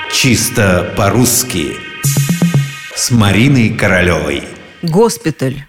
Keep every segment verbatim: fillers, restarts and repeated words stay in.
Чисто по-русски с Мариной Королевой. Госпиталь.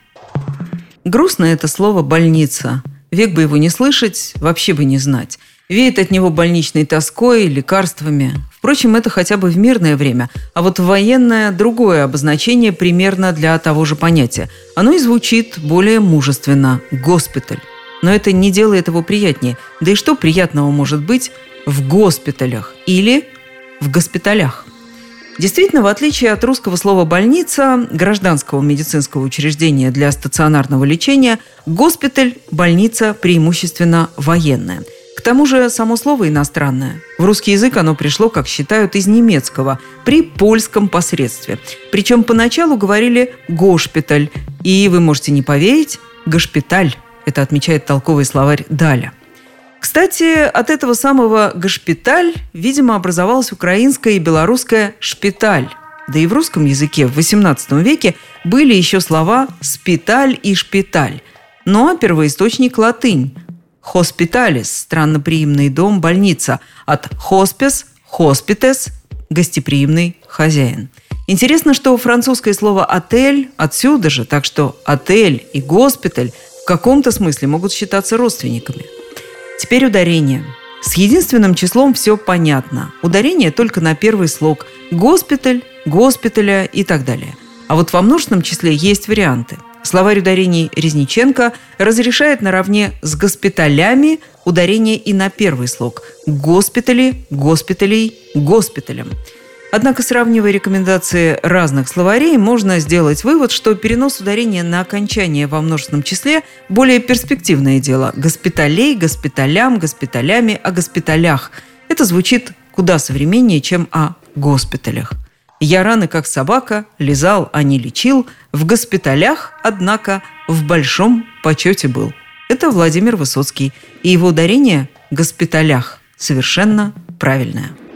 Грустно это слово «больница». Век бы его не слышать, вообще бы не знать. Веет от него больничной тоской, лекарствами. Впрочем, это хотя бы в мирное время. А вот в военное – другое обозначение примерно для того же понятия. Оно и звучит более мужественно – госпиталь. Но это не делает его приятнее. Да и что приятного может быть в госпиталях или в госпиталях? Действительно, в отличие от русского слова «больница», гражданского медицинского учреждения для стационарного лечения, госпиталь – больница преимущественно военная. К тому же само слово иностранное. В русский язык оно пришло, как считают, из немецкого, при польском посредстве. Причем поначалу говорили «гошпиталь», и, вы можете не поверить, «гошпиталь». Это отмечает толковый словарь Даля. Кстати, от этого самого «гошпиталь», видимо, образовалась украинская и белорусская «шпиталь». Да и в русском языке в восемнадцатом веке были еще слова «спиталь» и «шпиталь». Но первоисточник – латынь. «Хоспиталис» – странноприимный дом, больница. От «хоспис» – «хоспитес» – гостеприимный хозяин. Интересно, что французское слово «отель» отсюда же, так что «отель» и «госпиталь» в каком-то смысле могут считаться родственниками. Теперь ударение. С единственным числом все понятно. Ударение только на первый слог. Госпиталь, госпиталя и так далее. А вот во множественном числе есть варианты. Словарь ударений Резниченко разрешает наравне с госпиталями ударение и на первый слог. Госпитали, госпиталей, госпиталям. Однако, сравнивая рекомендации разных словарей, можно сделать вывод, что перенос ударения на окончание во множественном числе – более перспективное дело. Госпиталей, госпиталям, госпиталями, о госпиталях. Это звучит куда современнее, чем о госпиталях. «Я раны, как собака, лизал, а не лечил. В госпиталях, однако, в большом почете был». Это Владимир Высоцкий. И его ударение «госпиталях» совершенно правильное.